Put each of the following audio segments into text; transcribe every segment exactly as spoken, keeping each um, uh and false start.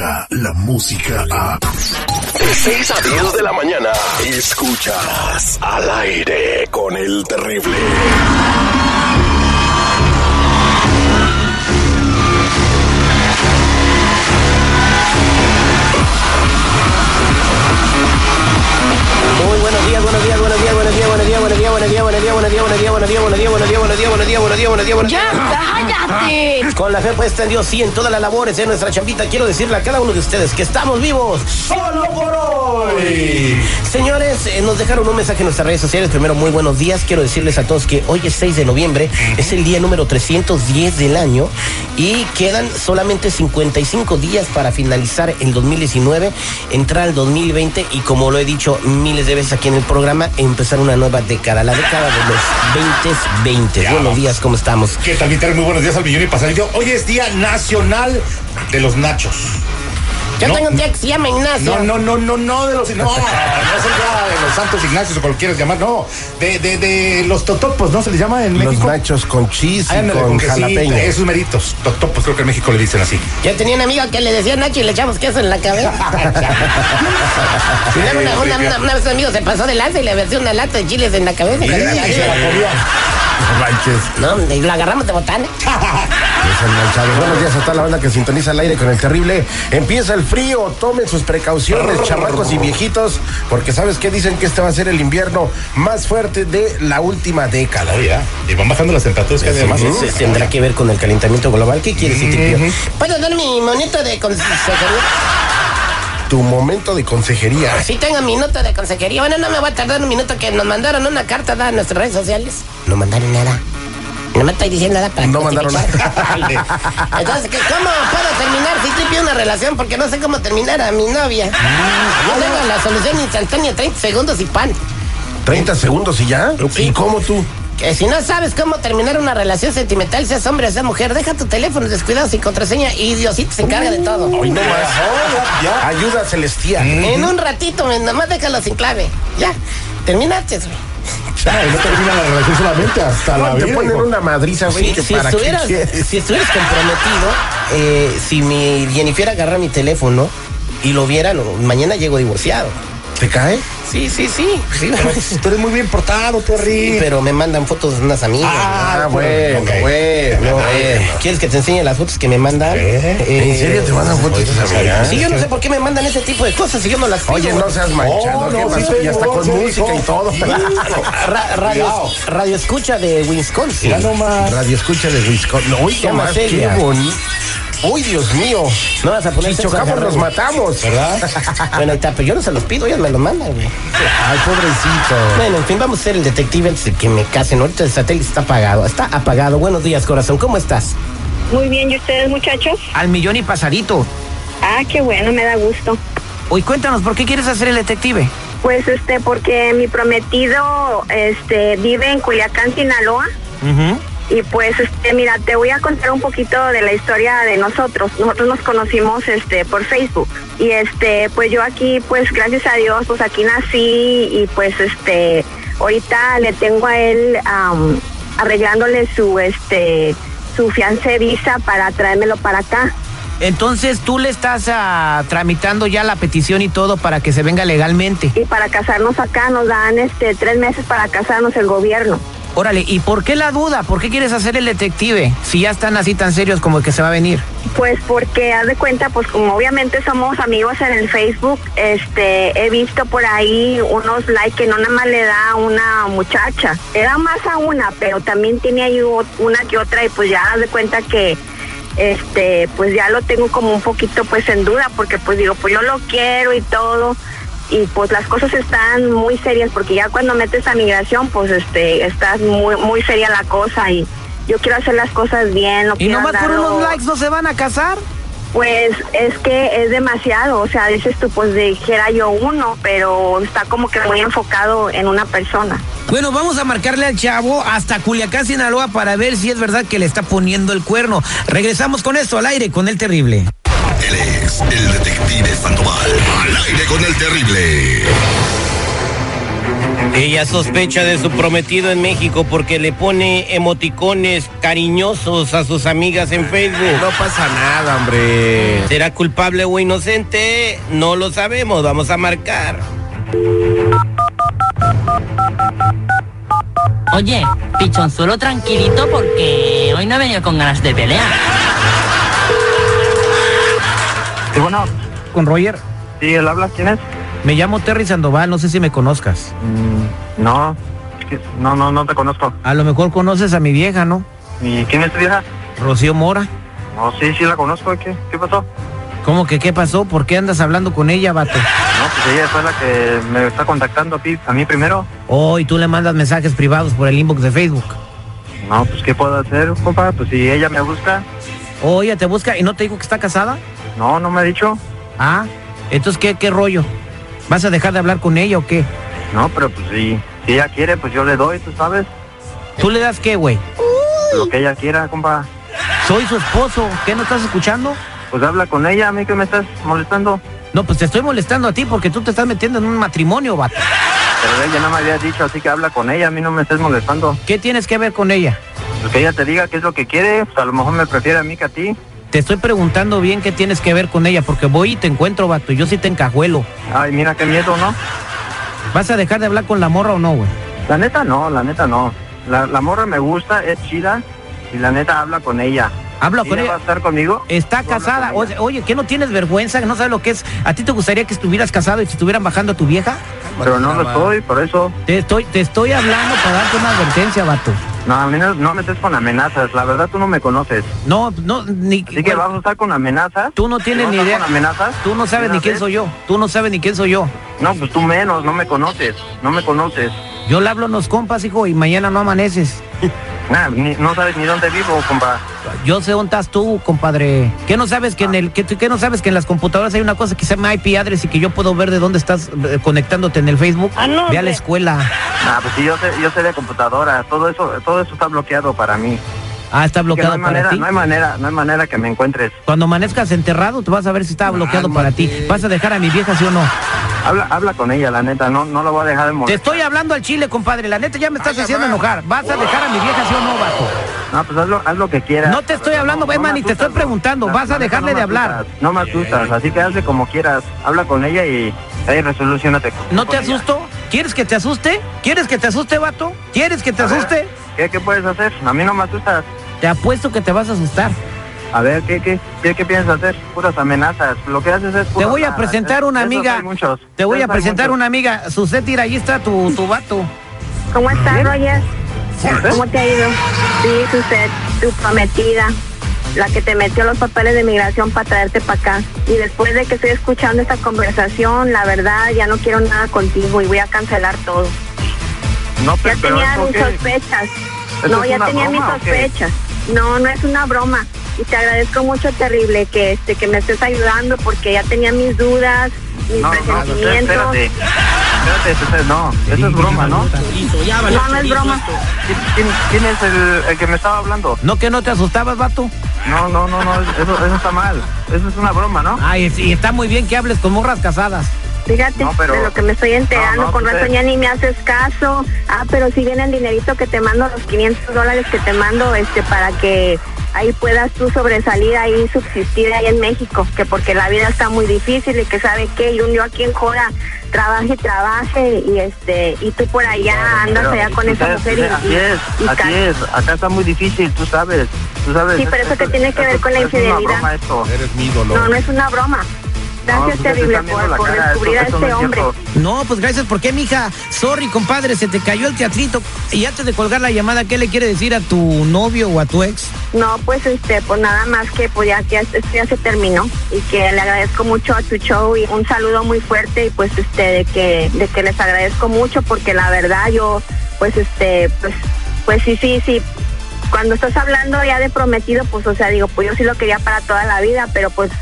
llega la música a... De seis a diez de la mañana, escuchas Al Aire con el Terrible. Muy buenos días, buenos días, buenos días, buenos días, buenos días, buenos días, buenos días, buenos días, buenos días, buenos días, buenos días, buenos días, buenos días, buenos días, buenos días, buenos días, buenos días, buenos días. ¡Ya, cállate! Con la fe puesta en Dios y en todas las labores de nuestra chambita, quiero decirle a cada uno de ustedes que estamos vivos solo por hoy. Señores, eh, nos dejaron un mensaje en nuestras redes sociales. Primero, muy buenos días. Quiero decirles a todos que hoy es seis de noviembre, es el día número trescientos diez del año y quedan solamente cincuenta y cinco días para finalizar el dos mil diecinueve, entrar al dos mil veinte y, como lo he dicho miles de veces aquí en el programa, empezar una nueva década, la década de los veinte veinte. Buenos días, ¿cómo estamos? ¿Qué tal, Víctor? Muy buenos días al millón y pasadito. Hoy es Día Nacional de los Nachos. Yo no, tengo un día que se llama Ignacio. No, no, no, no, no de los... No, no es el día de los Santos Ignacios o como lo quieras llamar, no. De, de, de los totopos, ¿no? Se les llama en los México. Los nachos con chis y Ándale, con con jalapeño. Esos meritos, totopos, creo que en México le dicen así. Yo tenía una amiga que le decía Nacho y le echamos queso en la cabeza. Y luego una, una, una, una vez un amigo se pasó de lanza y le versió una lata de chiles en la cabeza. Y, y, y se la comió. No manches. No, y lo agarramos de botana. Buenos días a toda la banda que sintoniza Al Aire con el Terrible. Empieza el frío, tomen sus precauciones, chamacos y viejitos, porque ¿sabes qué? Dicen que este va a ser el invierno más fuerte de la última década. Oh, ya. Y van bajando las temperaturas que además sí, sí, tendrá que ver con el calentamiento global. ¿Qué quieres, Citripio? Uh-huh. ¿Puedo dar mi monito de consejería? Tu momento de consejería. Sí, tengo mi nota de consejería. Bueno, no me voy a tardar un minuto, que nos mandaron una carta a nuestras redes sociales. No mandaron nada. No me estoy diciendo nada para... No mandaron nada. Entonces, ¿cómo puedo terminar si estoy pidiendo una relación? Porque no sé cómo terminar a mi novia. Yo tengo la solución instantánea, treinta segundos y pan. ¿treinta segundos y ya? Sí. ¿Y cómo tú? Que si no sabes cómo terminar una relación sentimental, seas hombre o seas mujer, deja tu teléfono descuidado sin contraseña y Diosito se encarga de todo. Hoy no más. Oh, ya, ya. Ayuda celestial. Mm-hmm. En un ratito, nomás déjalo sin clave. Ya, terminaste, güey. Ay, no termina la relación solamente hasta no, la te vida. ponen una madriza, güey. Sí, si, estuvieras, si estuvieras comprometido, eh, si mi Jennifer agarra mi teléfono y lo viera, no, mañana llego divorciado. ¿Te cae? Sí, sí, sí. sí tú eres muy bien portado, Terry. Sí, pero me mandan fotos de unas amigas. Ah, ¿no? bueno, okay. bueno, no, bueno. ¿Quieres que te enseñe las fotos que me mandan? ¿Eh? Eh, ¿En serio te mandan fotos de esas amigas? Sí, yo no sé por qué me mandan ese tipo de cosas si yo no las pido. Oye, no seas manchado, oh, no, sí, y hasta con música y todo. Ra radio, radio escucha de Wisconsin. Ya nomás. Radio escucha de Wisconsin. No, oiga más, qué bonito. ¡Uy, Dios mío! No vas a poner... Si chocamos, nos matamos, ¿verdad? Bueno, ahí está, pero yo no se los pido, ellos me los mandan, güey. Ay, pobrecito. Bueno, en fin, vamos a ser el detective antes de que me casen. Ahorita el satélite está apagado, está apagado. Buenos días, corazón, ¿cómo estás? Muy bien, ¿y ustedes, muchachos? Al millón y pasadito. Ah, qué bueno, me da gusto. Hoy cuéntanos, ¿por qué quieres hacer el detective? Pues, este, porque mi prometido, este, vive en Culiacán, Sinaloa. Uh-huh. Y pues, este, mira, te voy a contar un poquito de la historia de nosotros. Nosotros nos conocimos, este, por Facebook. Y, este, pues yo aquí, pues, gracias a Dios, pues aquí nací y, pues, este, ahorita le tengo a él um, arreglándole su, este, su fiancé visa para traérmelo para acá. Entonces tú le estás uh, tramitando ya la petición y todo para que se venga legalmente. Y para casarnos acá nos dan, este, tres meses para casarnos el gobierno. Órale, ¿y por qué la duda? ¿Por qué quieres hacer el detective? Si ya están así tan serios como el que se va a venir. Pues porque, haz de cuenta, pues como obviamente somos amigos en el Facebook, este, he visto por ahí unos likes que no nada más le da a una muchacha. Le da más a una, pero también tiene ahí una que otra y pues ya haz de cuenta que, este, pues ya lo tengo como un poquito pues en duda porque pues digo, pues yo lo quiero y todo. Y pues las cosas están muy serias porque ya cuando metes a migración pues este estás muy muy seria la cosa y yo quiero hacer las cosas bien. No ¿Y nomás por darlo... unos likes no se van a casar? Pues es que es demasiado, o sea, dices tú, pues dijera yo uno, pero está como que muy enfocado en una persona. Bueno, vamos a marcarle al chavo hasta Culiacán, Sinaloa, para ver si es verdad que le está poniendo el cuerno. Regresamos con esto al aire con el Terrible. Él es el detective Sandoval, al aire con el Terrible. Ella sospecha de su prometido en México porque le pone emoticones cariñosos a sus amigas en Facebook. No pasa nada, hombre. ¿Será culpable o inocente? No lo sabemos, vamos a marcar. Oye, pichonzuelo tranquilito porque hoy no he venido con ganas de pelear. Sí, bueno. ¿Con Roger? Sí, ¿él habla? ¿Quién es? Me llamo Terry Sandoval, no sé si me conozcas. Mm, no, no, no, no te conozco. A lo mejor conoces a mi vieja, ¿no? ¿Y quién es tu vieja? Rocío Mora. No, sí, sí la conozco. ¿Qué, qué pasó? ¿Cómo que qué pasó? ¿Por qué andas hablando con ella, vato? No, pues ella fue la que me está contactando a ti, a mí primero. Oh, y tú le mandas mensajes privados por el inbox de Facebook. No, pues ¿qué puedo hacer, compa? Pues si ella me busca. Oh, ella te busca y no te dijo que está casada. No, no me ha dicho. Ah, entonces ¿qué, qué rollo? ¿Vas a dejar de hablar con ella o qué? No, pero pues si, si ella quiere, pues yo le doy, tú sabes. ¿Tú le das qué, güey? Lo que ella quiera, compa. Soy su esposo, ¿qué no estás escuchando? Pues habla con ella, a mí que me estás molestando. No, pues te estoy molestando a ti porque tú te estás metiendo en un matrimonio, vato. Pero ella no me había dicho, así que habla con ella, a mí no me estés molestando. ¿Qué tienes que ver con ella? Pues que ella te diga qué es lo que quiere, pues a lo mejor me prefiere a mí que a ti. Te estoy preguntando bien qué tienes que ver con ella, porque voy y te encuentro, vato, y yo sí te encajuelo. Ay, mira qué miedo, ¿no? ¿Vas a dejar de hablar con la morra o no, güey? La neta no, la neta no. La, la morra me gusta, es chida, y la neta habla con ella. Habla con ¿Ella ella. va a estar conmigo? Está ¿Tú hablas casada. con ella? Oye, ¿qué no tienes vergüenza? ¿No sabes lo que es? ¿A ti te gustaría que estuvieras casado y te estuvieran bajando a tu vieja? Pero no lo estoy, por eso. Te estoy, te estoy hablando para darte una advertencia, vato. No, a mí no, no me estés con amenazas, la verdad tú no me conoces. No, no, ni... Así que bueno, vamos a estar con amenazas. tú no tienes ¿Vamos ni a estar idea. con amenazas? Tú no sabes ni quién soy yo. Tú no sabes ni quién soy yo. No, pues tú menos, no me conoces, no me conoces. Yo le hablo a unos compas, hijo, y mañana no amaneces. Nah, ni- no sabes ni dónde vivo, compa. Yo sé dónde estás tú, compadre. ¿Qué no sabes que en el, que, que no sabes que en las computadoras hay una cosa que se llama I P address y que yo puedo ver de dónde estás eh, conectándote en el Facebook? Ah, no, Ve a la hombre. escuela. Nah, pues sí, yo sé, yo sé de computadora, todo eso, todo eso está bloqueado para mí. Ah, está Que no bloqueado hay para manera, ti. no hay manera, no hay manera que me encuentres. Cuando amanezcas enterrado, te vas a ver si está bloqueado para ti. ¿Vas a dejar a mi vieja, sí o no? Habla, habla con ella, la neta, no, no la voy a dejar de Te molestar. estoy hablando al chile, compadre. La neta ya me estás haciendo enojar. ¿Vas a dejar a mi vieja, sí o no, vato? No, pues haz lo, haz lo que quieras. No te estoy Pero hablando, no Emma, me ni te asustas, estoy preguntando. la- ¿Vas a la neta dejarle no me de hablar? asustas, No me asustas, así que hazle como quieras. Habla con ella y ahí resolucionate. ¿No te con ella. asusto? ¿Quieres que te asuste? ¿Quieres que te asuste, vato? ¿Quieres que te A ver, asuste? ¿Qué, ¿Qué puedes hacer? A mí no me asustas. Te apuesto que te vas a asustar. A ver, ¿qué, qué, qué, qué piensas hacer? Puras amenazas. Lo que haces es... Te puro voy a hablar. presentar Es- una esos amiga. hay muchos. Te voy a Esos hay presentar muchos. una amiga. Susette, ahí está tu, tu vato. ¿Cómo estás, Roger? ¿Cómo te ha ido? Sí, usted, tu prometida, la que te metió los papeles de migración para traerte para acá. Y después de que estoy escuchando esta conversación, la verdad, ya no quiero nada contigo y voy a cancelar todo. No, Ya pero, pero tenía ¿eso mis qué? sospechas. ¿Eso No, es ya una tenía mis broma o qué? sospechas. No, no es una broma. Y te agradezco mucho, terrible, que este que me estés ayudando porque ya tenía mis dudas, mis No, no, no, presentimientos. espérate. Espérate, eso es- no, eso es broma, ¿no? No, no es broma. ¿Quién, quién, quién es el, el que me estaba hablando? ¿No que no te asustabas, vato? No, no, no, no, eso, eso está mal. Eso es una broma, ¿no? Ay, y está muy bien que hables con morras casadas. Fíjate, No, pero- de lo que me estoy enterando, No, no, con tú razón te- ya ni me haces caso. Ah, pero si viene el dinerito que te mando, los quinientos dólares que te mando, este, para que ahí puedas tú sobresalir, ahí subsistir ahí en México, que porque la vida está muy difícil y que sabe qué, y un yo aquí en Joda trabaje y trabaje, y este, y tú por allá andas Pero, allá con tú esa sabes, mujer y, así y- es, y así ca- es. Acá está muy difícil, tú sabes. Tú sabes. Sí, pero eso que tiene que ver con la es infidelidad. una broma esto. Eres mi ídolo. No, no es una broma. Gracias, No, terrible, ustedes están por, viendo la por cara, descubrir eso- a eso este no es hombre. cierto. No, pues gracias. ¿Por qué, mija? Sorry, compadre, se te cayó el teatrito. Y antes de colgar la llamada, ¿qué le quiere decir a tu novio o a tu ex? No, pues este, pues nada más que pues ya, ya esto ya se terminó y que le agradezco mucho a tu show y un saludo muy fuerte y pues este de que de que les agradezco mucho porque la verdad yo pues este pues pues sí sí sí cuando estás hablando ya de prometido pues o sea digo pues yo sí lo quería para toda la vida pero pues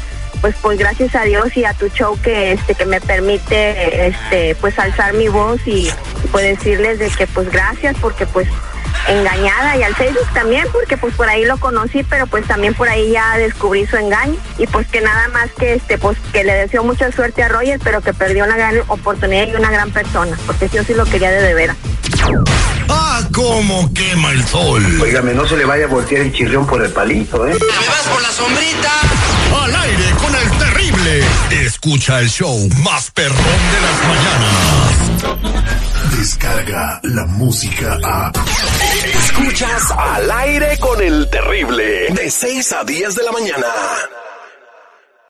pues pues gracias a Dios y a tu show que este que me permite este pues alzar mi voz y pues decirles de que pues gracias porque pues engañada, y al Facebook también porque pues por ahí lo conocí, pero pues también por ahí ya descubrí su engaño, y pues que nada más que este pues que le deseo mucha suerte a Roger, pero que perdió una gran oportunidad y una gran persona, porque yo sí lo quería de de veras. ¡Ah, cómo quema el sol! Óigame, no se le vaya a voltear el chirrión por el palito, ¿eh? ¡Me vas por la sombrita! Al aire con el terrible. Escucha el show más perrón de las mañanas. Descarga la música a... Escuchas Al Aire con el terrible. De seis a diez de la mañana.